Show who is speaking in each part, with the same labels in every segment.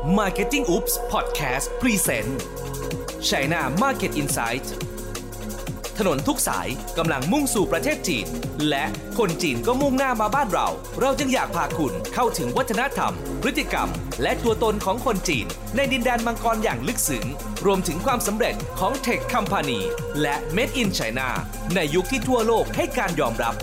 Speaker 1: Marketing Oops Podcast Present China Market Insight ถนนทุกสายกำลังมุ่งสู่ประเทศจีนและคนจีนก็มุ่งหน้ามาบ้านเราจึงอยากพาคุณเข้าถึงวัฒนธรรมพฤติกรรมและตัวตนของคนจีนในดินแดนมังกรอย่างลึกซึ้งรวมถึงความสำเร็จของ Tech Company และ Made in China ในยุคที่ทั่วโลกให้การยอมรับ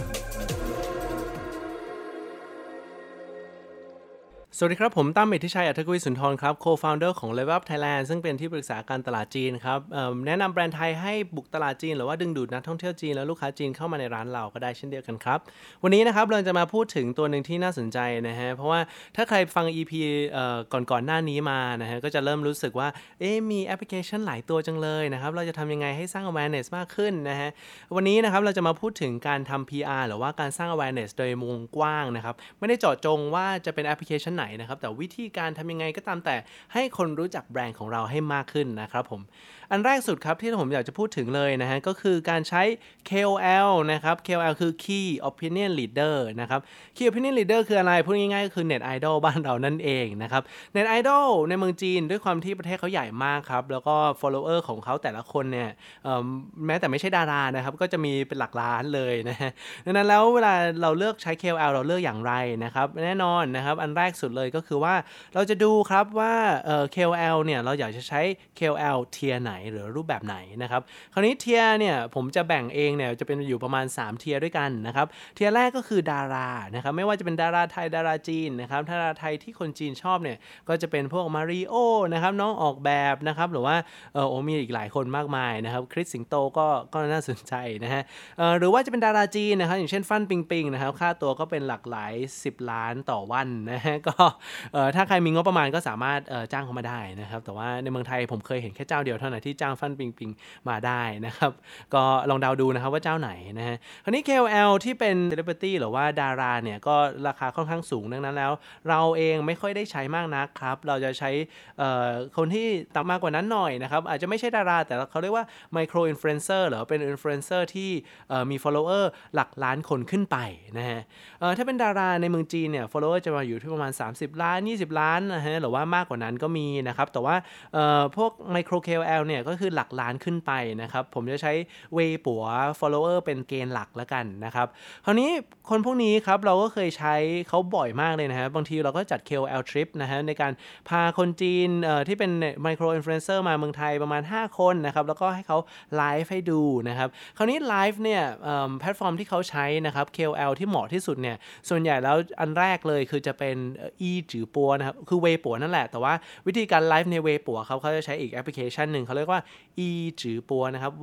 Speaker 2: สวัสดีครับผมตั้มเมธิชัยอัธกุลสุนทรครับ Co-founder ของ Level Up Thailand ซึ่งเป็นที่ปรึกษาการตลาดจีนครับแนะนำแบรนด์ไทยให้บุกตลาดจีนหรือว่าดึงดูดนักท่องเที่ยวจีนและลูกค้าจีนเข้ามาในร้านเราก็ได้เช่นเดียวกันครับวันนี้นะครับเราจะมาพูดถึงตัวหนึ่งที่น่าสนใจนะฮะเพราะว่าถ้าใครฟัง EP ก่อนหน้านี้มานะฮะก็จะเริ่มรู้สึกว่ามีแอปพลิเคชันหลายตัวจังเลยนะครับเราจะทำยังไงให้สร้าง awareness มากขึ้นนะฮะวันนี้นะครับเราจะมาพูดถึงการทำ PR หรือว่าการสร้าง awareness โดยวงกว้างนะครับไม่ได้เจาะจงว่าจะเป็นแอปพลิเคชันไหนนะครับแต่วิธีการทำยังไงก็ตามแต่ให้คนรู้จักแบรนด์ของเราให้มากขึ้นนะครับผมอันแรกสุดครับที่ผมอยากจะพูดถึงเลยนะฮะก็คือการใช้ KOL นะครับ KOL คือ Key Opinion Leader นะครับ Key Opinion Leader คืออะไรพูดง่ายๆก็คือ Net Idol บ้านเรานั่นเองนะครับ Net Idol ในเมืองจีนด้วยความที่ประเทศเขาใหญ่มากครับแล้วก็ follower ของเขาแต่ละคนเนี่ยแม้แต่ไม่ใช่ดารานะครับก็จะมีเป็นหลักล้านเลยนะฮะดังนั้นแล้วเวลาเราเลือกใช้ KOL เราเลือกอย่างไรนะครับแน่นอนนะครับอันแรกสุดเลยก็คือว่าเราจะดูครับว่าKOL เนี่ยเราอยากจะใช้ KOL เทียร์ไหนหรือรูปแบบไหนนะครับคราวนี้เทียร์เนี่ยผมจะแบ่งเองเนี่ยจะเป็นอยู่ประมาณ3เทียร์ด้วยกันนะครับเทียร์แรกก็คือดารานะครับไม่ว่าจะเป็นดาราไทยดาราจีนนะครับดาราไทยที่คนจีนชอบเนี่ยก็จะเป็นพวกมาริโอนะครับน้องออกแบบนะครับหรือว่ามีอีกหลายคนมากมายนะครับคริสสิงโตก็น่าสนใจนะฮะหรือว่าจะเป็นดาราจีนนะครับอย่างเช่นฟั่นปิงปิงนะครับค่าตัวก็เป็นหลักหลาย10ล้านต่อวันนะฮะก็ถ้าใครมีงบประมาณก็สามารถจ้างเขามาได้นะครับแต่ว่าในเมืองไทยผมเคยเห็นแค่เจ้าเดียวเท่านั้นที่จ้างฟั่นปิงปิงมาได้นะครับก็ลองเดาดูนะครับว่าเจ้าไหนนะฮะคราวนี้ KOL ที่เป็น Celebrity หรือว่าดาราเนี่ยก็ราคาค่อนข้างสูงดังนั้นแล้วเราเองไม่ค่อยได้ใช้มากนักครับเราจะใช้คนที่ต่ำมากกว่านั้นหน่อยนะครับอาจจะไม่ใช่ดาราแต่เขาเรียกว่า Micro Influencer หรือเป็น Influencer ที่มี follower หลักล้านคนขึ้นไปนะฮะถ้าเป็นดาราในเมืองจีนเนี่ย follower จะมาอยู่ที่ประมาณ30ล้าน20ล้านนะฮะหรือว่ามากกว่านั้นก็มีนะครับแต่ว่าพวก Micro KOL เนี่ยก็คือหลักล้านขึ้นไปนะครับผมจะใช้เว่ยป๋ว follower เป็นเกณฑ์หลักแล้วกันนะครับคราวนี้คนพวกนี้ครับเราก็เคยใช้เขาบ่อยมากเลยนะฮะบางทีเราก็จัด KOL trip นะฮะในการพาคนจีนที่เป็น Micro Influencer มาเมืองไทยประมาณ5คนนะครับแล้วก็ให้เขาไลฟ์ให้ดูนะครับคราวนี้ไลฟ์เนี่ยแพลตฟอร์มที่เขาใช้นะครับ KOL ที่เหมาะที่สุดเนี่ยส่วนใหญ่แล้วอันแรกเลยคือจะเป็นจือปัวนะครับคือเว่ยป๋วนั่นแหละแต่ว่าวิธีการไลฟ์ในเว่ยป๋วเขาจะใช้อีกแอปพลิเคชันหนึ่งเขาเรียกว่าจือปัวนะครับ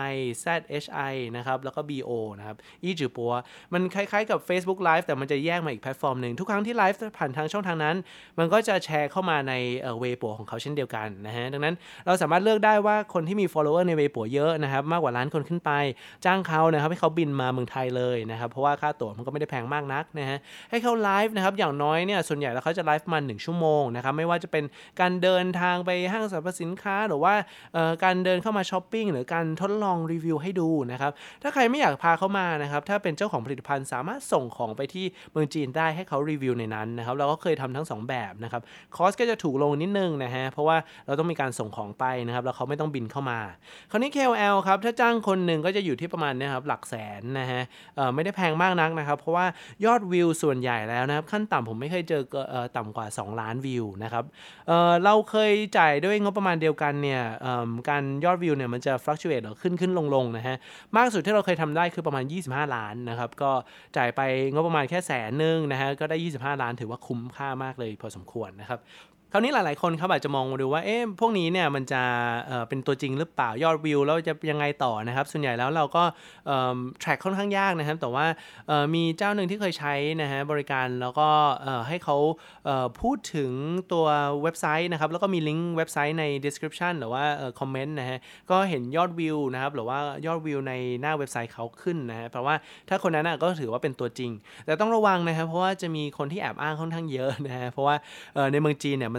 Speaker 2: YIZHI นะครับแล้วก็ BO นะครับจือปัวมันคล้ายๆกับ Facebook Live แต่มันจะแยกมาอีกแพลตฟอร์มหนึ่งทุกครั้งที่ไลฟ์ผ่านทางช่องทางนั้นมันก็จะแชร์เข้ามาในเว่ยป๋วของเขาเช่นเดียวกันนะฮะดังนั้นเราสามารถเลือกได้ว่าคนที่มี follower ในเว่ยป๋วเยอะนะครับมากกว่าล้านคนขึ้นไปจ้างเขานะครับให้เขาบินมาเมืองไทยเลยนะครับเพราะว่าค่าตั๋วมันก็ไม่ได้แพงมากนักนะฮะให้เขาไลฟ์นะครับอย่างน้อยเนี่ยส่วนใหญ่แล้วเขาจะไลฟ์ประมาณ1ชั่วโมงนะครับไม่ว่าจะเป็นการเดินทางไปห้างสรรพสินค้าหรือว่าการเดินเข้ามาช้อปปิ้งหรือการทดลองรีวิวให้ดูนะครับถ้าใครไม่อยากพาเขามานะครับถ้าเป็นเจ้าของผลิตภัณฑ์สามารถส่งของไปที่เมืองจีนได้ให้เขารีวิวในนั้นนะครับเราก็เคยทำทั้ง2แบบนะครับคอสก็จะถูกลงนิดนึงนะฮะเพราะว่าเราต้องมีการส่งของไปนะครับแล้วเขาไม่ต้องบินเข้ามาคราวนี้ KOL ครับถ้าจ้างคนหนึ่งก็จะอยู่ที่ประมาณนี้ครับหลักแสนนะฮะไม่ได้แพงมากนักนะครับเพราะว่ายอดวิวส่วนใหญ่แล้วนะครับขั้นต่ำผมไม่เคยเจอต่ำกว่า2ล้านวิวนะครับเราเคยจ่ายด้วยงบประมาณเดียวกันเนี่ยการยอดวิวเนี่ยมันจะ fluctuate หรือขึ้นลงนะฮะมากสุดที่เราเคยทำได้คือประมาณ25ล้านนะครับก็จ่ายไปงบประมาณแค่100,000นะฮะก็ได้25ล้านถือว่าคุ้มค่ามากเลยพอสมควรนะครับคราวนี้หลายๆคนครับอาจจะมองดูว่าพวกนี้เนี่ยมันจะเป็นตัวจริงหรือเปล่ายอดวิวแล้วจะยังไงต่อนะครับส่วนใหญ่แล้วเราก็track ค่อนข้างยากนะครับแต่ว่ามีเจ้าหนึ่งที่เคยใช้นะฮะบริการแล้วก็ให้เขาพูดถึงตัวเว็บไซต์นะครับแล้วก็มีลิงก์เว็บไซต์ใน description หรือว่าคอมเมนต์นะฮะก็เห็นยอดวิวนะครับหรือว่ายอดวิวในหน้าเว็บไซต์เขาขึ้นนะฮะเพราะว่าถ้าคนนั้นก็ถือว่าเป็นตัวจริงแต่ต้องระวังนะครับเพราะว่าจะมีคนที่แอบอ้างค่อนข้างเยอะนะฮะเพราะว่าในเมืองจีนเนี่ยมัน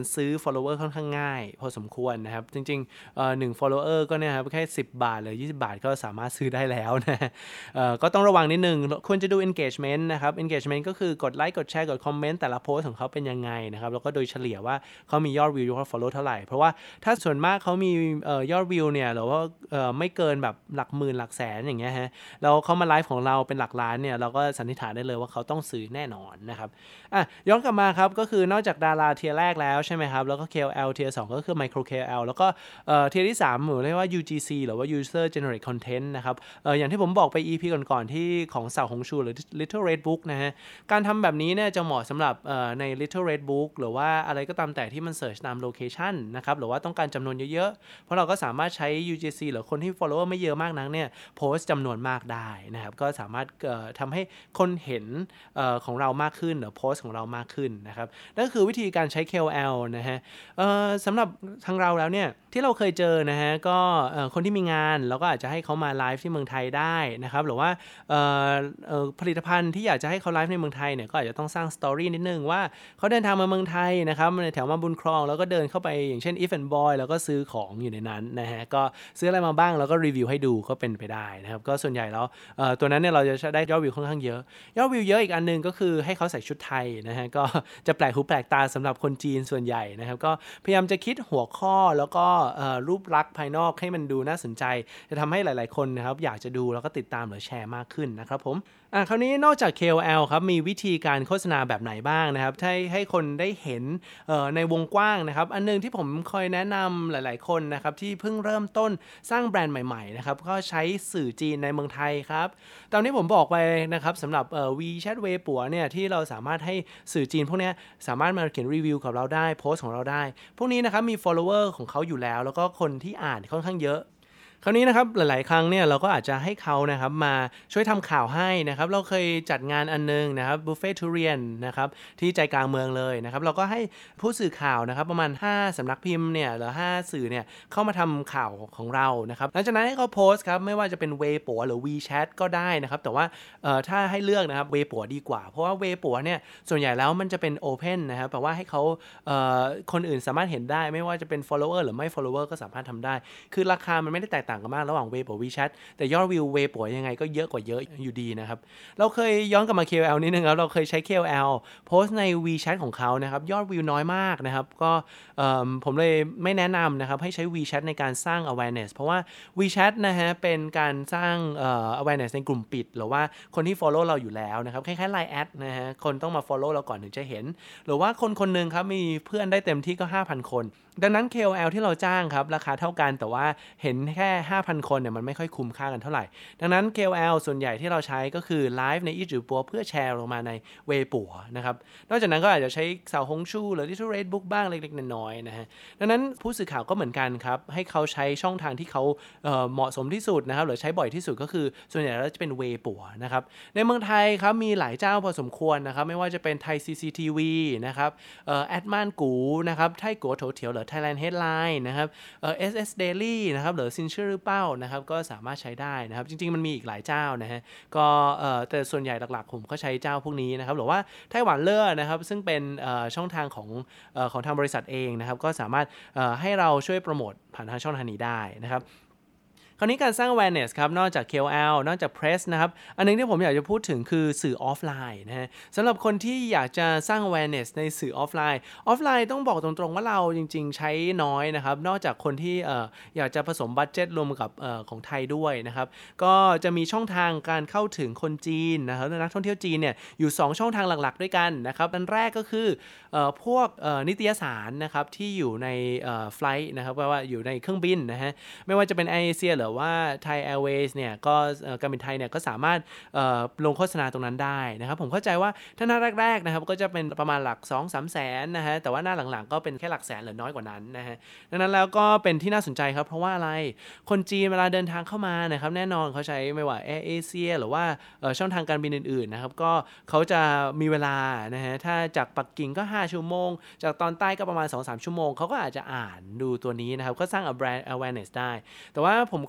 Speaker 2: มันซื้อ follower ค่อนข้างง่ายพอสมควรนะครับจริงๆ1 follower ก็เนี่ยครับแค่10 บาทหรือ20 บาทก็สามารถซื้อได้แล้วนะก็ต้องระวังนิดนึงควรจะดู engagement นะครับ engagement ก็คือกดไลค์กดแชร์กดคอมเมนต์แต่ละโพสต์ของเขาเป็นยังไงนะครับแล้วก็โดยเฉลี่ยว่าเขามียอดวิวยอด follow เท่าไหร่เพราะว่าถ้าส่วนมากเขามียอดวิวเนี่ยหรือว่าไม่เกินแบบหลักหมื่นหลักแสนอย่างเงี้ยฮะแล้วเขามาไลฟ์ของเราเป็นหลักล้านเนี่ยเราก็สันนิษฐานได้เลยว่าเขาต้องซื้อแน่นอนนะครับย้อนกลับมาครับก็คือนอกจากดาราเทียร์แรกแล้วใช่ไหมครับแล้วก็ KOL เทียร์2ก็คือ Micro KOL แล้วก็เทียร์ที่3เรียกว่า UGC หรือว่า User Generate Content นะครับอย่างที่ผมบอกไป EP ก่อนๆที่ของเสาหงชูหรือ Little Red Book นะฮะการทำแบบนี้เนี่ยจะเหมาะสำหรับใน Little Red Book หรือว่าอะไรก็ตามแต่ที่มัน search ตาม location นะครับหรือว่าต้องการจำนวนเยอะๆเพราะเราก็สามารถใช้ UGC หรือคนที่ follower ไม่เยอะมากนักเนี่ยโพสต์จำนวนมากได้นะครับก็สามารถทำให้คนเห็นของเรามากขึ้นหรือโพสต์ของเรามากขึ้นนะครับนั่นคือวิธีการใช้ KOL นะฮะสำหรับทางเราแล้วเนี่ยที่เราเคยเจอนะฮะก็คนที่มีงานเราก็อาจจะให้เขามาไลฟ์ที่เมืองไทยได้นะครับหรือว่าผลิตภัณฑ์ที่อยากจะให้เขาไลฟ์ในเมืองไทยเนี่ยก็อาจจะต้องสร้างสตอรี่นิดนึงว่าเขาเดินทางมาเมืองไทยนะครับในแถวมาบุญครองแล้วก็เดินเข้าไปอย่างเช่น If and Boy แล้วก็ซื้อของอยู่ในนั้นนะฮะก็ซื้ออะไรมาบ้างแล้วก็รีวิวให้ดูก็เป็นไปได้นะครับก็ส่วนใหญ่แล้วตัวนั้นเนี่ยเราจะได้ยอดวิวค่อนข้างเยอะยอดวิวเยอะอีกอันนึงก็คือให้เขาใส่ชุดไทยนะฮะก็จะแปลกหูแปลกตาสำหรับคนจีนส่วนใหญ่นะครับก็พยายามจะคิดหัวข้อแล้วก็รูปลักษณ์ภายนอกให้มันดูน่าสนใจจะทำให้หลายๆคนนะครับอยากจะดูแล้วก็ติดตามหรือแชร์มากขึ้นนะครับผมคราวนี้นอกจาก KOL ครับมีวิธีการโฆษณาแบบไหนบ้างนะครับให้คนได้เห็นในวงกว้างนะครับอันนึงที่ผมคอยแนะนำหลายๆคนนะครับที่เพิ่งเริ่มต้นสร้างแบรนด์ใหม่ๆนะครับก็ใช้สื่อจีนในเมืองไทยครับตอนนี้ผมบอกไปนะครับสำหรับ WeChat เวปัวเนี่ยที่เราสามารถให้สื่อจีนพวกนี้สามารถมาเขียนรีวิวกับเราได้โพสต์ของเราได้พวกนี้นะครับมี follower ของเขาอยู่แล้วแล้วก็คนที่อ่านค่อนข้างเยอะคราวนี้นะครับหลายๆครั้งเนี่ยเราก็อาจจะให้เขานะครับมาช่วยทำข่าวให้นะครับเราเคยจัดงานอันนึงนะครับบุฟเฟ่ทุเรียนนะครับที่ใจกลางเมืองเลยนะครับเราก็ให้ผู้สื่อข่าวนะครับประมาณ5สำนักพิมพ์เนี่ยหรือ5สื่อเนี่ยเข้ามาทำข่าวของเรานะครับหลังจากนั้นให้เขาโพสต์ครับไม่ว่าจะเป็นเวปัวหรือ WeChat ก็ได้นะครับแต่ว่าถ้าให้เลือกนะครับเวปัวดีกว่าเพราะว่าเวปัวเนี่ยส่วนใหญ่แล้วมันจะเป็น Open นะครับแปลว่าให้เขาคนอื่นสามารถเห็นได้ไม่ว่าจะเป็น follower หรือไม่ follower ก็สามารถทำได้คือราคามันไม่ได้แตกต่างกันมากระหว่างเวปัว WeChat แต่ยอดวิวเวปัวยังไงก็เยอะกว่าเยอะอยู่ดีนะครับเราเคยย้อนกลับมา KOL นิดนึงครับเราเคยใช้ KOL โพสต์ใน WeChat ของเขานะครับยอดวิวน้อยมากนะครับก็ผมเลยไม่แนะนำนะครับให้ใช้ WeChat ในการสร้าง awareness เพราะว่า WeChat นะฮะเป็นการสร้างawareness ในกลุ่มปิดหรือว่าคนที่ follow เราอยู่แล้วนะครับคล้ายๆ Line Ad นะฮะคนต้องมา follow เราก่อนถึงจะเห็นหรือว่าคนนึงครับมีเพื่อนได้เต็มที่ก็ 5,000 คนดังนั้น KOL ที่เราจ้างครับราคาเท่ากันแต่ว่าเห็นแค่ 5,000 คนเนี่ยมันไม่ค่อยคุ้มค่ากันเท่าไหร่ดังนั้น KOL ส่วนใหญ่ที่เราใช้ก็คือไลฟ์ในอีจือปัวเพื่อแชร์ลงมาในเวปัวนะครับนอกจากนั้นก็อาจจะใช้เสาหงชูหรือ Little Red Book บ้างเล็กๆน้อยๆนะฮะดังนั้นผู้สื่อข่าวก็เหมือนกันครับให้เขาใช้ช่องทางที่เขาเหมาะสมที่สุดนะครับหรือใช้บ่อยที่สุดก็คือส่วนใหญ่แล้วจะเป็นเวปัวนะครับในเมืองไทยครับมีหลายเจ้าพอสมควรนะครับไม่ว่าจะเป็นไทย CCTV นะครับแอดม่านกูนะครับไทยกัวโถเถียวหรือ Thailand Headline นะครับSS Daily นะครับหรือซินชื่อหรือเป้านะครับก็สามารถใช้ได้นะครับจริงๆมันมีอีกหลายเจ้านะฮะก็แต่ส่วนใหญ่หลักๆผมก็ใช้เจ้าพวกนี้นะครับหรือว่าไต้หวันเล่อนะครับซึ่งเป็นช่องทางของทางบริษัทเองนะครับก็สามารถให้เราช่วยโปรโมทผ่านทางช่องทางนี้ได้นะครับคราวนี้การสร้าง awareness ครับนอกจาก KOL นอกจาก press นะครับอันนึงที่ผมอยากจะพูดถึงคือสื่อออฟไลน์นะฮะสำหรับคนที่อยากจะสร้าง awareness ในสื่อออฟไลน์ต้องบอกตรงๆว่าเราจริงๆใช้น้อยนะครับนอกจากคนที่อยากจะผสมบัดเจ็ตรวมกับของไทยด้วยนะครับก็จะมีช่องทางการเข้าถึงคนจีนนะครับนักท่องเที่ยวจีนเนี่ยอยู่2ช่องทางหลักๆด้วยกันนะครับอันแรกก็คือพวกนิตยสารนะครับที่อยู่ในไฟลท์นะครับแปลว่าอยู่ในเครื่องบินนะฮะไม่ว่าจะเป็น Asiaหรือว่า Thai Airways เนี่ยก็การบินไทยเนี่ยก็สามารถลงโฆษณาตรงนั้นได้นะครับผมเข้าใจว่าถ้าหน้าแรกๆนะครับก็จะเป็นประมาณหลัก 2-3 แสนนะฮะแต่ว่าหน้าหลังๆก็เป็นแค่หลักแสนหรือน้อยกว่านั้นนะฮะดังนั้นแล้วก็เป็นที่น่าสนใจครับเพราะว่าอะไรคนจีนเวลาเดินทางเข้ามานะครับแน่นอนเขาใช้ไม่ว่า Air Asia หรือว่าช่องทางการบินอื่นๆนะครับก็เขาจะมีเวลานะฮะถ้าจากปักกิ่งก็5ชั่วโมงจากตอนใต้ก็ประมาณ 2-3 ชั่วโมงเขาก็อาจจะอ่านดูตัวนี้นะครับก็สร้าง brand awareness ได้แต่ว่าผมเค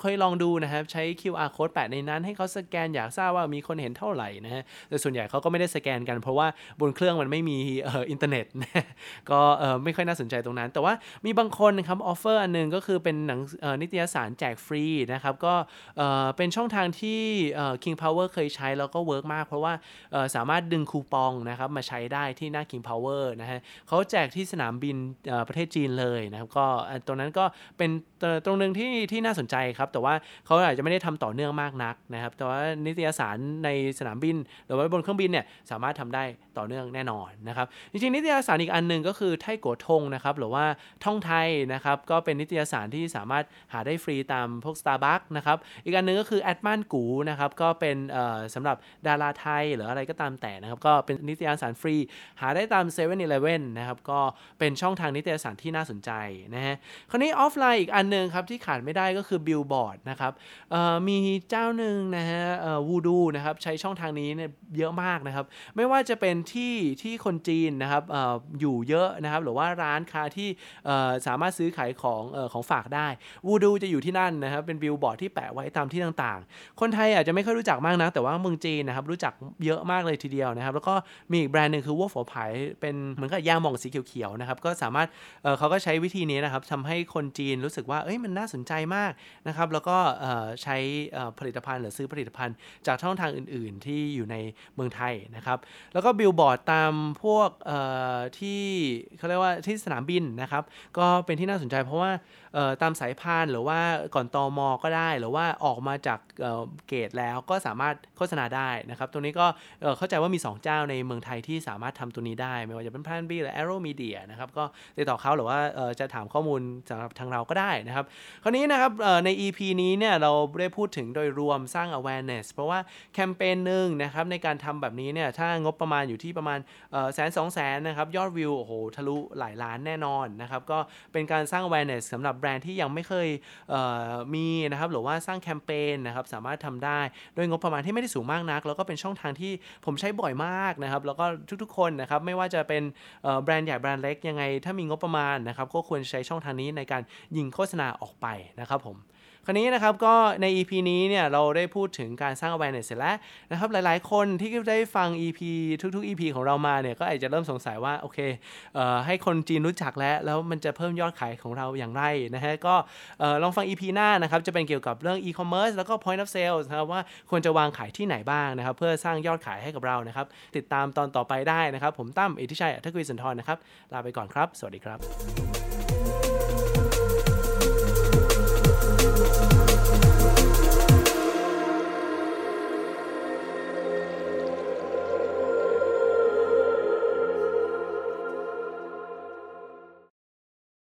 Speaker 2: เคยลองดูนะครับใช้ QR code แปะในนั้นให้เขาสแกนอยากทราบว่ามีคนเห็นเท่าไหร่นะฮะแต่ส่วนใหญ่เขาก็ไม่ได้สแกนกันเพราะว่าบนเครื่องมันไม่มีอินเทอร์เน็ตนะก็ไม่ค่อยน่าสนใจตรงนั้นแต่ว่ามีบางคนนะครับออฟเฟอร์อันนึงก็คือเป็นหนังนิตยสารแจกฟรีนะครับก็เป็นช่องทางที่King Power เคยใช้แล้วก็เวิร์กมากเพราะว่าสามารถดึงคูปองนะครับมาใช้ได้ที่หน้า King Power นะฮะเขาแจกที่สนามบินประเทศจีนเลยนะครับก็ตรงนั้นก็เป็นตรงนึงที่น่าสนใจครับแต่ว่าเขาอาจจะไม่ได้ทำต่อเนื่องมากนักนะครับแต่ว่านิตยสารในสนามบินหรือว่าบนเครื่องบินเนี่ยสามารถทำได้ต่อเนื่องแน่นอนนะครับจริงๆนิตยสารอีกอันนึงก็คือไทกัวทงนะครับหรือว่าท่องไทยนะครับก็เป็นนิตยสารที่สามารถหาได้ฟรีตามพวก Starbucks นะครับอีกอันนึงก็คือแอดมานกูนะครับก็เป็นสำหรับดาราไทยหรืออะไรก็ตามแต่นะครับก็เป็นนิตยสารฟรีหาได้ตาม 7-Eleven นะครับก็เป็นช่องทางนิตยสารที่น่าสนใจนะฮะคราวนี้ออฟไลน์อีกอันนึงครับที่ขาดไม่ได้ก็คือบิลบอร์ดนะครับมีเจ้าหนึ่งนะฮะวูดูนะครับใช้ช่องทางนี้เนี่ยเยอะมากนะครับไม่ว่าจะเป็นที่คนจีนนะครับอยู่เยอะนะครับหรือว่าร้านค้าที่สามารถซื้อขายของฝากได้วูดูจะอยู่ที่นั่นนะครับเป็นบิลบอร์ดที่แปะไว้ตามที่ต่างๆคนไทยอาจจะไม่ค่อยรู้จักมากนะแต่ว่าเมืองจีนนะครับรู้จักเยอะมากเลยทีเดียวนะครับแล้วก็มีอีกแบรนด์นึงคือ Wolf of Pai เป็นเหมือนกับยาหม่องสีเขียวๆนะครับก็สามารถเขาก็ใช้วิธีนี้นะครับทำให้คนจีนรู้สึกว่ามันน่าสนใจมากนะครับแล้วก็ใช้ผลิตภัณฑ์หรือซื้อผลิตภัณฑ์จากช่องทางอื่นๆที่อยู่ในเมืองไทยนะครับแล้วก็บิลบอร์ดตามพวกที่เขาเรียกว่าที่สนามบินนะครับก็เป็นที่น่าสนใจเพราะว่าตามสายพานหรือว่าก่อนตม.ก็ได้หรือว่าออกมาจากเกตแล้วก็สามารถโฆษณาได้นะครับตรงนี้ก็เข้าใจว่ามี2เจ้าในเมืองไทยที่สามารถทำตัวนี้ได้ไม่ว่าจะเป็น Plan B หรือ Arrow Media นะครับก็ติดต่อเขาหรือว่าจะถามข้อมูลสำหรับทางเราก็ได้นะครับคราวนี้นะครับใน EP นี้เนี่ยเราได้พูดถึงโดยรวมสร้าง awareness เพราะว่าแคมเปญนึงนะครับในการทำแบบนี้เนี่ยถ้างบประมาณอยู่ที่ประมาณ100,000-200,000นะครับยอดวิวโอ้โหทะลุหลายล้านแน่นอนนะครับก็เป็นการสร้าง awareness สำหรับแบรนด์ที่ยังไม่เคยมีนะครับหรือว่าสร้างแคมเปญนะครับสามารถทำได้ด้วยงบประมาณที่ไม่ได้สูงมากนักแล้วก็เป็นช่องทางที่ผมใช้บ่อยมากนะครับแล้วก็ทุกๆคนนะครับไม่ว่าจะเป็นแบรนด์ใหญ่แบรนด์เล็กยังไงถ้ามีงบประมาณนะครับก็ควรใช้ช่องทางนี้ในการยิงโฆษณาออกไปนะครับผมคราวนี้นะครับก็ใน EP นี้เนี่ยเราได้พูดถึงการสร้าง awareness เสร็จแล้วนะครับหลายๆคนที่ได้ฟัง EP ทุกๆ EP ของเรามาเนี่ยก็อาจจะเริ่มสงสัยว่าโอเคให้คนจีนรู้จักแล้วมันจะเพิ่มยอดขายของเราอย่างไรนะฮะก็ลองฟัง EP หน้านะครับจะเป็นเกี่ยวกับเรื่อง e-commerce แล้วก็ point of sale นะครับว่าควรจะวางขายที่ไหนบ้างนะครับเพื่อสร้างยอดขายให้กับเรานะครับติดตามตอนต่อไปได้นะครับผมตั้มอิทธิชัยอัธกุลสุนทรนะครับลาไปก่อนครับสวัสดีครับ